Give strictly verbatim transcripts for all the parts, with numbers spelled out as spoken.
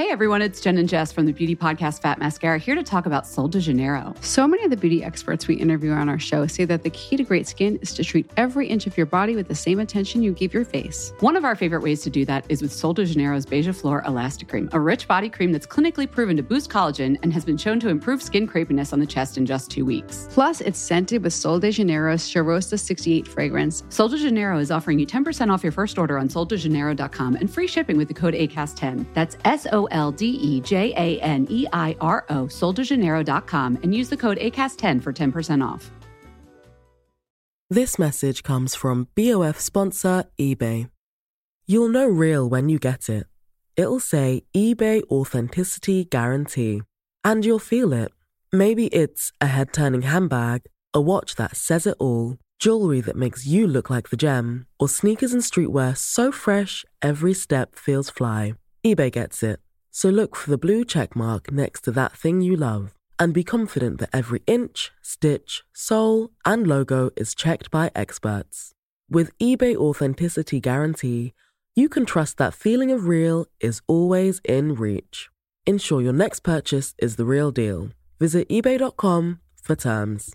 Hey everyone, it's Jen and Jess from the beauty podcast Fat Mascara here to talk about Sol de Janeiro. So many of the beauty experts we interview on our show say that the key to great skin is to treat every inch of your body with the same attention you give your face. One of our favorite ways to do that is with Sol de Janeiro's Beija Flor Elastic Cream, a rich body cream that's clinically proven to boost collagen and has been shown to improve skin crepiness on the chest in just two weeks. Plus, it's scented with Sol de Janeiro's Charosta sixty-eight fragrance. Sol de Janeiro is offering you ten percent off your first order on sol de janeiro dot com and free shipping with the code A C A S T ten. That's S O L D E J A N E I R O, sol de janeiro dot com, and use the code A C A S T ten for ten percent off. This message comes from B O F sponsor eBay. You'll know real when you get it. It'll say eBay Authenticity Guarantee. And you'll feel it. Maybe it's a head-turning handbag, a watch that says it all, jewelry that makes you look like the gem, or sneakers and streetwear so fresh every step feels fly. eBay gets it. So look for the blue check mark next to that thing you love and be confident that every inch, stitch, sole, and logo is checked by experts. With eBay Authenticity Guarantee, you can trust that feeling of real is always in reach. Ensure your next purchase is the real deal. Visit ebay dot com for terms.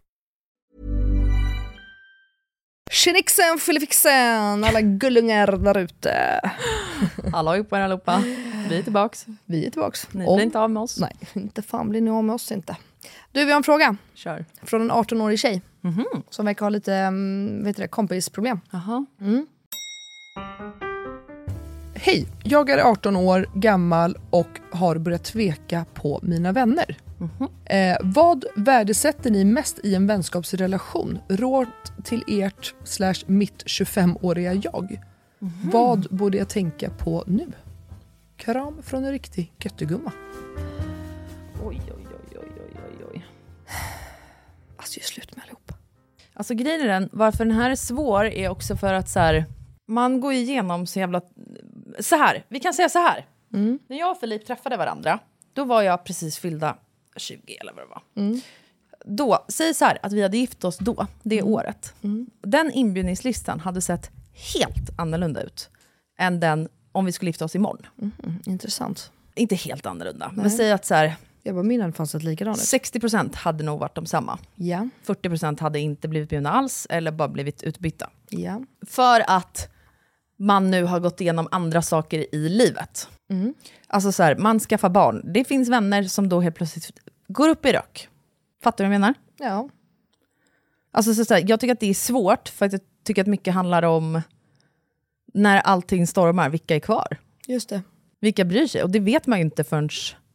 Tjenixen, filifixen, alla gullungar där ute. Hallå på er allihopa. Vi är tillbaks. Vi är tillbaks. Ni blir inte av med oss. Nej, inte fan blir ni av med oss inte. Du, vi har en fråga. Kör. Från en arton-årig tjej. Mm-hmm. Som verkar ha lite, um, vet du det, kompisproblem. Jaha. Mm. Hej, jag är arton år gammal och har börjat tveka på mina vänner. Mm-hmm. Eh, vad värdesätter ni mest i en vänskapsrelation? Råd till ert slash mitt tjugofemåriga jag. Mm-hmm. Vad borde jag tänka på nu? Kram från en riktig göttegumma. Oj, oj, oj, oj, oj, oj. Alltså, jag är slut med allihop. Alltså grejen är den, varför den här är svår är också för att så här, man går igenom så jävla... Så här, vi kan säga så här. Mm. När jag och Filip träffade varandra, då var jag precis fyllda tjugo eller vad det var. Mm. Då, säg så här, att vi hade gift oss då, det Mm. året. Mm. Den inbjudningslistan hade sett helt annorlunda ut än den om vi skulle gifta oss imorgon. Mm. Intressant. Inte helt annorlunda, Nej. men säg att så här, Jag bara, min hade fanns ett likadant. sextio procent hade nog varit de samma. Ja, fyrtio procent hade inte blivit bjudna alls eller bara blivit utbytta. ja. För att man nu har gått igenom andra saker i livet. Mm. Alltså så här, man skaffar barn. Det finns vänner som då helt plötsligt går upp i rök. Fattar du vad jag menar? Ja. Alltså så, så här, jag tycker att det är svårt för att jag tycker att mycket handlar om när allting stormar, vilka är kvar? Just det. Vilka bryr sig? Och det vet man ju inte förrän...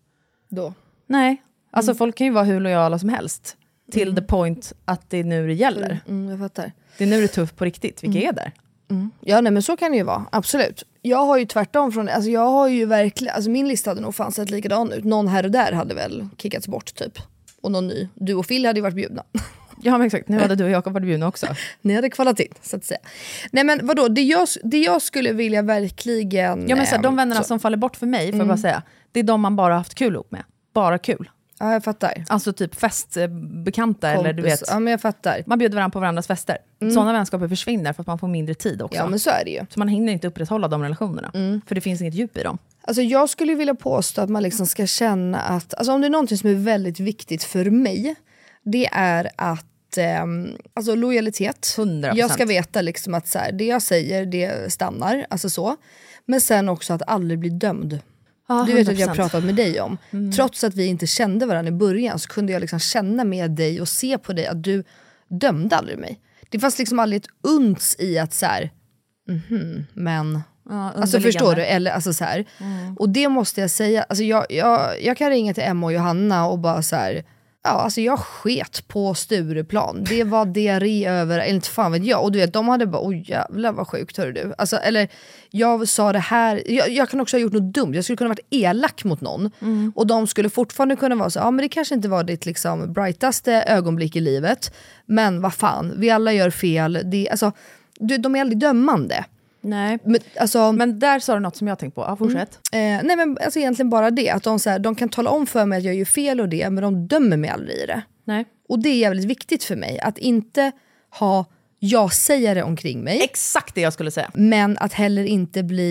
Då. Nej, alltså Mm. folk kan ju vara hur lojala som helst. Till Mm. the point att det är nu det gäller. Mm, mm, jag fattar. Det är nu det är tufft på riktigt. Vilka Mm. är där? Mm. Ja, nej, men så kan det ju vara. Absolut. Jag har ju tvärtom från... Alltså jag har ju verkligen... Alltså min lista hade nog fan sett likadan ut. Någon här och där hade väl kickats bort typ. Och någon ny. Du och Phil hade ju varit bjudna. Ja, men exakt. Nu hade du och Jakob varit bjudna också. Ni hade kvalat in, så att säga. Nej, men vadå? Det jag, det jag skulle vilja verkligen... Ja, men så här, de vännerna så. som faller bort för mig, får Mm. jag bara säga. Det är de man bara haft kul ihop med. Bara kul. Ja, jag fattar. Alltså typ festbekanta eller du vet. Ja, men jag fattar. Man bjuder varandra på varandras fester. Mm. Sådana vänskaper försvinner för att man får mindre tid också. Ja, men så är det ju. Så man hinner inte upprätthålla de relationerna. Mm. För det finns inget djup i dem. Alltså jag skulle vilja påstå att man liksom ska känna att... Alltså om det är någonting som är väldigt viktigt för mig, det är att... Ehm, alltså lojalitet. hundra procent. Jag ska veta liksom att så här, det jag säger, det stannar. Alltså så. Men sen också att aldrig bli dömd. Ah, du vet att jag hundra har procent. pratat med dig om. Mm. Trots att vi inte kände varandra i början så kunde jag liksom känna med dig och se på dig att du dömde aldrig mig. Det fanns liksom aldrig ett uns i att så här, mhm, men... Ja, alltså förstår du? Eller, alltså, så här. Mm. Och det måste jag säga. Alltså, jag, jag, jag kan ringa till Emma och Johanna och bara så här. Ja, alltså jag sket på Stureplan. Det var diarré över, eller inte fan vet jag. Och du vet, de hade bara, oj jävlar vad sjukt, hör du. Alltså, eller, jag sa det här, jag, jag kan också ha gjort något dumt. Jag skulle kunna varit elak mot någon. Mm. Och de skulle fortfarande kunna vara så, ja men det kanske inte var ditt liksom brightaste ögonblick i livet. Men vad fan, vi alla gör fel. Det, alltså, du, de är aldrig dömande. Nej, Men, alltså, men där sa du något som jag tänkt på. Ja, fortsätt. Mm. Eh, nej men alltså egentligen bara det. Att de, så här, de kan tala om för mig att jag gör fel och det, men de dömer mig aldrig i det. Nej. Och det är jävligt viktigt för mig. Att inte ha jag-sägare omkring mig. Exakt det jag skulle säga. Men att heller inte bli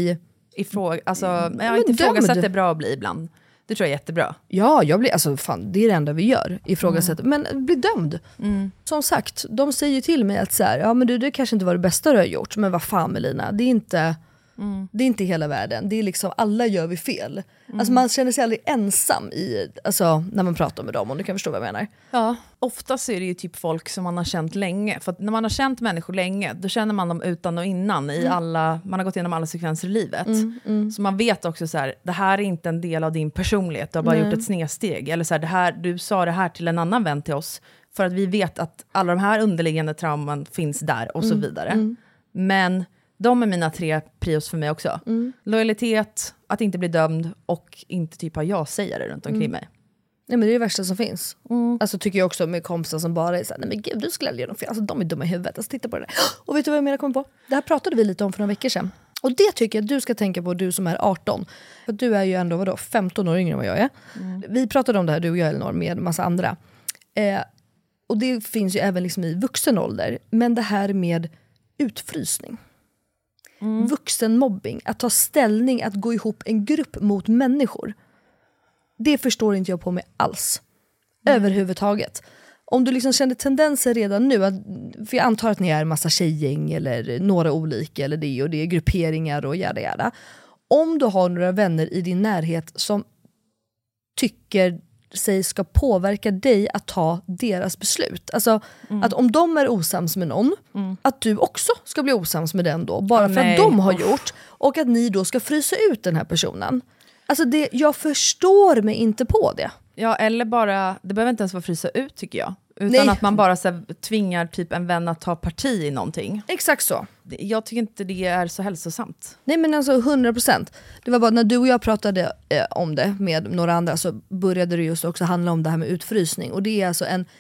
ifråga, alltså, jag har inte ifrågasatt det bra att bli ibland. Det tror jag är jättebra. Ja, jag blir, alltså fan, det är det enda vi gör, ifrågasätta. Mm. Men bli dömd. Mm. Som sagt, de säger ju till mig att så här, ja men du, det kanske inte var det bästa du har gjort, men vad fan Melina, det är inte... Mm. Det är inte hela världen. Det är liksom, alla gör vi fel. Mm. Alltså man känner sig aldrig ensam i, alltså, när man pratar med dem, om du kan förstå vad jag menar. Ja, oftast är det ju typ folk som man har känt länge. För att när man har känt människor länge, då känner man dem utan och innan. I alla, man har gått igenom alla sekvenser i livet. Mm, mm. Så man vet också så här, det här är inte en del av din personlighet. Du har bara Nej. gjort ett snedsteg. Eller så här, det här, du sa det här till en annan vän till oss. För att vi vet att alla de här underliggande trauman finns där och så Mm, vidare. mm. Men... de är mina tre prios för mig också. Mm. Lojalitet, att inte bli dömd och inte typ ha jag-sägare runt omkring mm. mig. Nej, men det är det värsta som finns. Mm. Alltså tycker jag också med kompisar som bara är såhär, nej men gud, du skulle aldrig göra något fel. Alltså de är dumma i huvudet. Alltså titta på det där. Och vet du vad jag menar kommer på? Det här pratade vi lite om för några veckor sedan. Och det tycker jag att du ska tänka på, du som är arton. För du är ju ändå, vadå, femton år yngre än vad jag är. Mm. Vi pratade om det här, du och jag Elinor, med en massa andra. Eh, och det finns ju även liksom i vuxen ålder. Men det här med utfrysning. Mm. Vuxenmobbing, att ta ställning, att gå ihop en grupp mot människor. Det förstår inte jag på mig alls. Mm. Överhuvudtaget. Om du liksom känner tendenser redan nu, att, för jag antar att ni är en massa tjejgäng eller några olika eller det och det är grupperingar och jada jada. Om du har några vänner i din närhet som tycker sig ska påverka dig att ta deras beslut. Alltså mm. att om de är osams med någon, mm. att du också ska bli osams med den då. Bara oh, för nej. att de har oh. gjort. Och att ni då ska frysa ut den här personen. Alltså det, jag förstår mig inte på det. Ja, eller bara, det behöver inte ens vara frysa ut tycker jag. Utan nej. att man bara så här, tvingar typ en vän att ta parti i någonting. Exakt så. Jag tycker inte det är så hälsosamt. Nej men alltså hundra procent. Det var bara när du och jag pratade eh, om det med några andra, så började det just också handla om det här med utfrysning. Och det är alltså en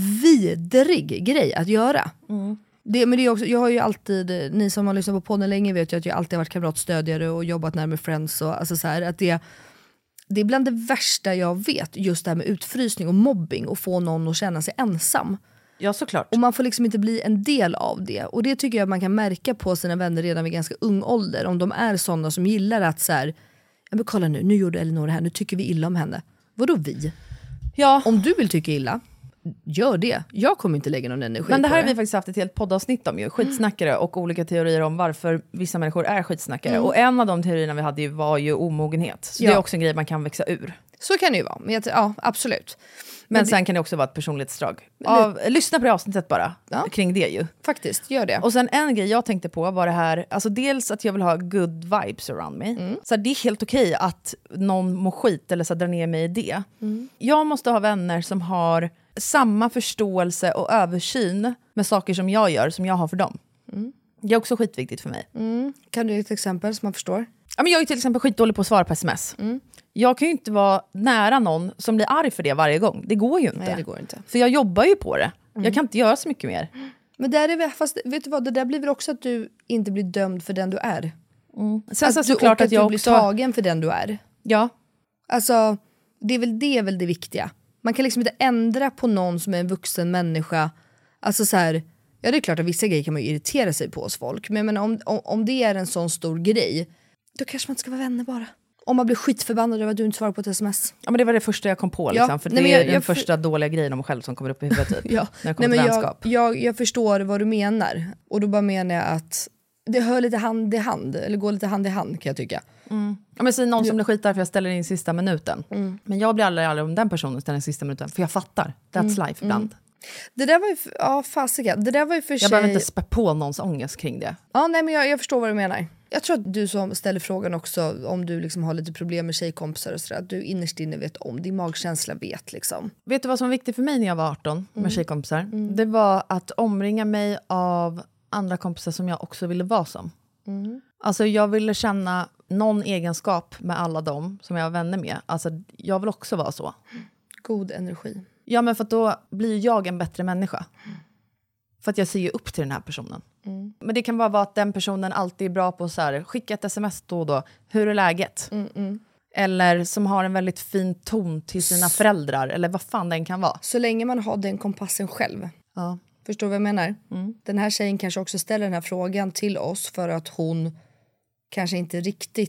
vidrig grej att göra. Mm. Det, men det är också, jag har ju alltid, ni som har lyssnat på podden länge vet ju att jag alltid har varit kamratstödjare och jobbat närmare friends. Och, alltså så här, att det, det är bland det värsta jag vet, just det här med utfrysning och mobbing och få någon att känna sig ensam. Ja, såklart. Och man får liksom inte bli en del av det. Och det tycker jag man kan märka på sina vänner redan vid ganska ung ålder. Om de är sådana som gillar att så här, ja men kolla nu, nu gjorde Elinor det här, nu tycker vi illa om henne. Vadå vi? Ja. Om du vill tycka illa, gör det. Jag kommer inte lägga någon energi på det. Men det här har vi faktiskt haft ett helt poddavsnitt om ju. Skitsnackare och olika teorier om varför vissa människor är skitsnackare. Mm. Och en av de teorierna vi hade ju var ju omogenhet. Så ja. det är också en grej man kan växa ur. Så kan det ju vara. Men jag, ja, absolut. Men, Men det, sen kan det också vara ett personlighetsdrag. Av, lyssna på det avsnittet bara, ja. kring det ju. Faktiskt, gör det. Och sen en grej jag tänkte på var det här, alltså dels att jag vill ha good vibes around me. Mm. Så det är helt okej att någon mår skit eller så drar ner mig i det. Mm. Jag måste ha vänner som har samma förståelse och översyn med saker som jag gör, som jag har för dem. Mm. Det är också skitviktigt för mig. Mm. Kan du ge ett exempel som man förstår? Ja, men jag är till exempel skitdålig på att svara på sms. Mm. Jag kan ju inte vara nära någon som blir arg för det varje gång. Det går ju inte. Nej, det går inte. För jag jobbar ju på det. Mm. Jag kan inte göra så mycket mer. Men där är vi, fast vet du vad, det där blir väl också att du inte blir dömd för den du är. Mm. Sen att så, så klart att, att jag du också blir tagen för den du är. Ja. Alltså, det är väl det, är väl det viktiga. Man kan liksom inte ändra på någon som är en vuxen människa. Alltså så här, ja det är klart att vissa grejer kan man ju irritera sig på hos folk. Men, men om, om, om det är en sån stor grej, då kanske man inte ska vara vänner bara. Om man blir skitförbannad över att du inte svarar på ett sms. Ja men det var det första jag kom på liksom. Ja, för nej, det är jag, den jag, första jag, dåliga grejen om mig själv som kommer upp i huvudet typ. Ja, när jag kommer nej, till vänskap. Jag, jag, jag förstår vad du menar. Och då bara menar jag att det hör lite hand i hand. Eller går lite hand i hand kan jag tycka. Mm. Ja, men så någon som blir skitar för jag ställer in sista minuten. Mm. Men jag blir aldrig, aldrig om den personen ställer in sista minuten. För jag fattar. That's mm. life ibland. Mm. Det där var ju, ja fasiga. Det där var ju för jag sig... behöver inte spä på någons ångest kring det. Ja nej men jag, jag förstår vad du menar. Jag tror att du som ställer frågan också, om du liksom har lite problem med tjejkompisar och sådär, att du innerst inne vet om, din magkänsla vet liksom. Vet du vad som var viktigt för mig när jag var arton med mm. tjejkompisar? Mm. Det var att omringa mig av andra kompisar som jag också ville vara som. Mm. Alltså jag ville känna någon egenskap med alla dem som jag var vänner med. Alltså jag vill också vara så. God energi. Ja men för att då blir jag en bättre människa. Mm. För att jag ser ju upp till den här personen. Mm. Men det kan bara vara att den personen alltid är bra på så här, skicka ett sms då och då. Hur är läget? Mm, mm. Eller som har en väldigt fin ton till sina S- föräldrar. Eller vad fan den kan vara. Så länge man har den kompassen själv. Ja. Förstår du vad jag menar? Mm. Den här tjejen kanske också ställer den här frågan till oss för att hon kanske inte riktigt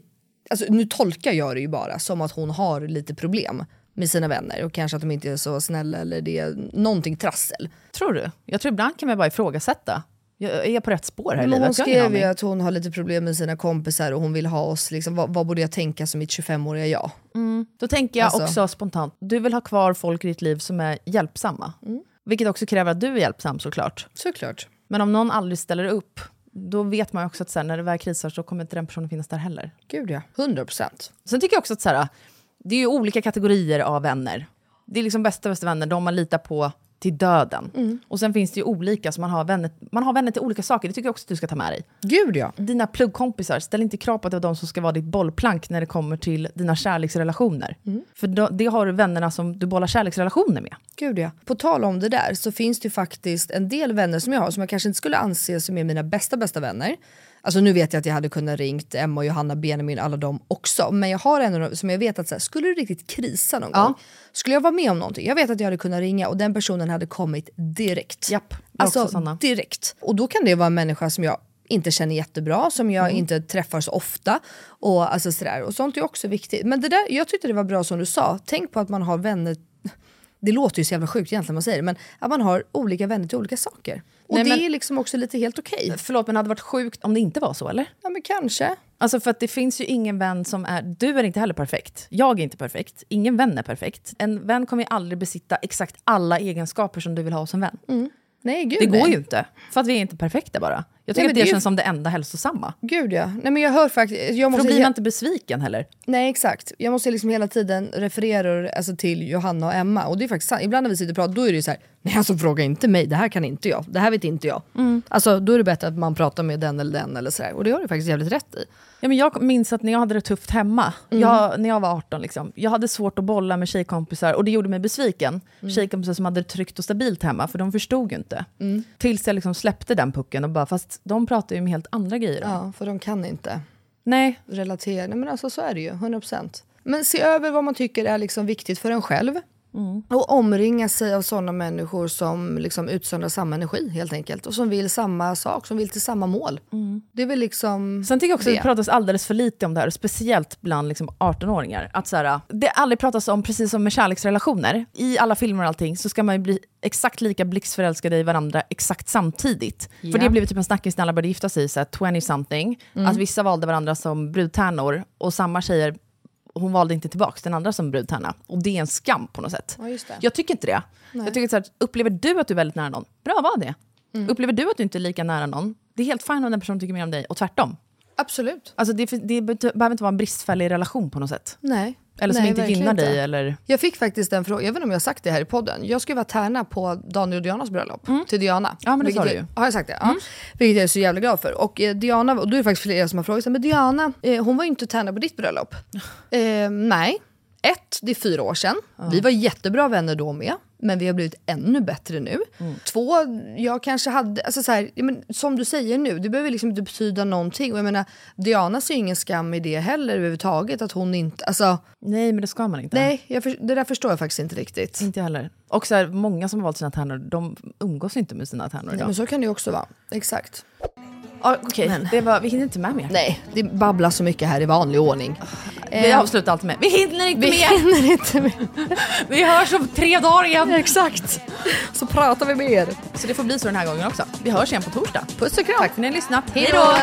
alltså, nu tolkar jag det ju bara som att hon har lite problem med sina vänner och kanske att de inte är så snälla eller det är någonting trassel. Tror du? Jag tror ibland kan man bara ifrågasätta. Jag är på rätt spår här i Men livet. hon skrev ju att hon har lite problem med sina kompisar och hon vill ha oss, liksom, vad, vad borde jag tänka som mitt tjugofemåriga jag? Mm. Då tänker jag alltså. också spontant, du vill ha kvar folk i ditt liv som är hjälpsamma. Mm. Vilket också kräver att du är hjälpsam såklart. Såklart. Men om någon aldrig ställer upp, då vet man ju också att så här, när det väl krisar så kommer inte den personen finnas där heller. Gud ja, hundra procent. Sen tycker jag också att så här, det är ju olika kategorier av vänner. Det är liksom bästa bästa vänner, de man litar på till döden. Mm. Och sen finns det ju olika, så man har, vänner, man har vänner till olika saker. Det tycker jag också att du ska ta med dig. Gud ja. Dina pluggkompisar, ställ inte krav på att det är de som ska vara ditt bollplank när det kommer till dina kärleksrelationer. Mm. För då, det har du vännerna som du bollar kärleksrelationer med. Gud ja. På tal om det där så finns det ju faktiskt en del vänner som jag har som jag kanske inte skulle anse som är mina bästa bästa vänner. Alltså nu vet jag att jag hade kunnat ringt Emma, Johanna, Benjamin, alla dem också. Men jag har en av dem som jag vet att så här, skulle det riktigt krisa någon ja. gång, skulle jag vara med om någonting, jag vet att jag hade kunnat ringa och den personen hade kommit direkt. Japp, alltså direkt. Och då kan det vara en människa som jag inte känner jättebra, som jag mm. inte träffar så ofta och, alltså sådär. Och sånt är också viktigt. Men det där, jag tyckte det var bra som du sa. Tänk på att man har vänner. Det låter ju så jävla sjukt egentligen man säger det, men att man har olika vänner till olika saker. Och Nej, det men, är liksom också lite helt okej. Okay. Förlåt, men det hade varit sjukt om det inte var så, eller? Ja, men kanske. Alltså för att det finns ju ingen vän som är... Du är inte heller perfekt. Jag är inte perfekt. Ingen vän är perfekt. En vän kommer ju aldrig besitta exakt alla egenskaper som du vill ha som vän. Mm. Nej, gud, det nej. går ju inte. För att vi är inte perfekta bara. Jag tycker nej, att det, det känns ju... som det enda hälsosamma. Gud ja. Nej, men jag hör faktiskt... Jag måste för då blir man inte besviken heller. Nej, exakt. Jag måste liksom hela tiden referera alltså, till Johanna och Emma. Och det är faktiskt sant. Ibland när vi sitter och pratar, då är det ju så här... Nej, alltså fråga inte mig. Det här kan inte jag. Det här vet inte jag. Mm. Alltså, då är det bättre att man pratar med den eller den eller så här. Och det har du faktiskt jävligt rätt i. Ja, men jag minns att när jag hade det tufft hemma, mm. jag, när jag var arton, liksom, jag hade svårt att bolla med tjejkompisar och det gjorde mig besviken. Mm. Tjejkompisar som hade tryggt och stabilt hemma, för de förstod ju inte. Mm. Tills jag liksom släppte den pucken och bara, fast de pratar ju med helt andra grejer. Ja, för de kan inte Nej. relatera. Nej, men alltså så är det ju, hundra procent. Men se över vad man tycker är liksom viktigt för en själv. Mm. Och omringa sig av sådana människor som liksom utsöndrar samma energi helt enkelt. Och som vill samma sak, som vill till samma mål. Mm. Det är väl liksom... Sen tycker jag också det. att det pratas alldeles för lite om det här. Speciellt bland liksom arton-åringar. Att så här, det aldrig pratas om, precis som med kärleksrelationer. I alla filmer och allting så ska man ju bli exakt lika blixtförälskade i varandra exakt samtidigt. Yeah. För det blev typ en snackis när alla började gifta sig, så här tjugo-something. Mm. Att vissa valde varandra som brudtärnor och samma tjejer... Hon valde inte tillbaka den andra som brudtärna. Och det är en skam på något sätt. Ja, just det. Jag tycker inte det. Nej. Jag tycker så här, upplever du att du är väldigt nära någon? Bra, var det. Mm. Upplever du att du inte är lika nära någon? Det är helt fint om den personen tycker mer om dig. Och tvärtom. Absolut. Alltså det, det behöver inte vara en bristfällig relation på något sätt. Nej. Eller som Nej, inte gynnar inte. dig. Eller... Jag fick faktiskt en fråga, jag vet inte om jag har sagt det här i podden. Jag skulle vara tärna på Daniel och Dianas bröllop. Mm. Till Diana. Ja, men det sa du ju. Har jag sagt det? Mm. Ja. Vilket jag är så jävla glad för. Och eh, Diana, och då är det faktiskt flera som har frågat, men Diana, eh, hon var ju inte tärna på ditt bröllop. eh, nej. Ett, det är fyra år sedan. Mm. Vi var jättebra vänner då med. Men vi har blivit ännu bättre nu. Mm. Två, jag kanske hade... Alltså så här, men, som du säger nu, det behöver liksom inte betyda någonting. Och jag menar, Diana ser ju ingen skam i det heller överhuvudtaget. Att hon inte... Alltså, nej, men det ska man inte. Nej, jag för, det där förstår jag faktiskt inte riktigt. Inte heller. Och så här, många som har valt sina tärnor, de umgås inte med sina tärnor. Nej, men så kan det ju också vara. Exakt. Ah, Okej, okay. det var, vi hinner inte med mer. Nej, det babblar så mycket här i vanlig ordning. Vi avslutar allt med. Vi hinner inte vi med. Hinner inte med. Vi hörs om tre dagar igen. Exakt. Så pratar vi mer. Så det får bli så den här gången också. Vi hörs igen på torsdag. Puss och kram. Tack för att ni har lyssnat. Hej då.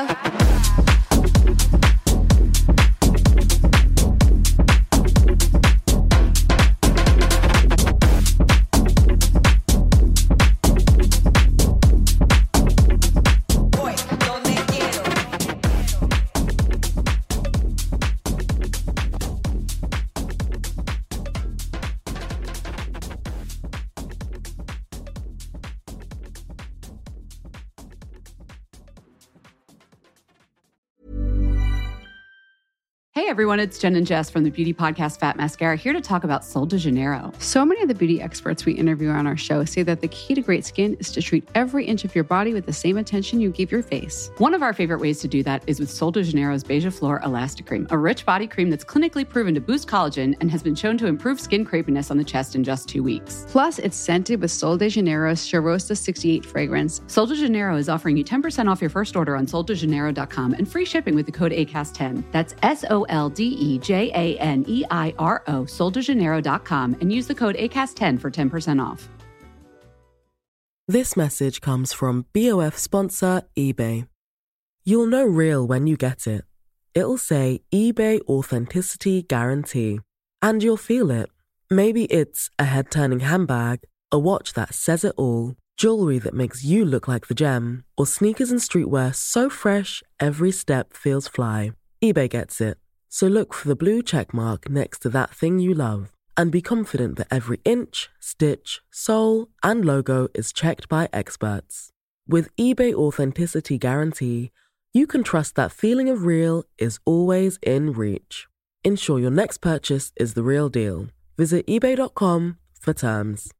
Hey everyone, it's Jen and Jess from the beauty podcast Fat Mascara here to talk about Sol de Janeiro. So many of the beauty experts we interview on our show say that the key to great skin is to treat every inch of your body with the same attention you give your face. One of our favorite ways to do that is with Sol de Janeiro's Beija Flor Elastic Cream, a rich body cream that's clinically proven to boost collagen and has been shown to improve skin crepiness on the chest in just two weeks. Plus, it's scented with Sol de Janeiro's Charosta sixty-eight fragrance. Sol de Janeiro is offering you ten percent off your first order on sol de janeiro dot com and free shipping with the code A C A S ten. That's S O L D E J A N E I R O, sol de janeiro dot com, and use the code A C A S T ten for ten percent off. This message comes from B O F sponsor eBay. You'll know real when you get it. It'll say eBay Authenticity Guarantee. And you'll feel it. Maybe it's a head-turning handbag, a watch that says it all, jewelry that makes you look like the gem, or sneakers and streetwear so fresh every step feels fly. eBay gets it. So look for the blue check mark next to that thing you love and be confident that every inch, stitch, sole, and logo is checked by experts. With eBay Authenticity Guarantee, you can trust that feeling of real is always in reach. Ensure your next purchase is the real deal. Visit ebay dot com for terms.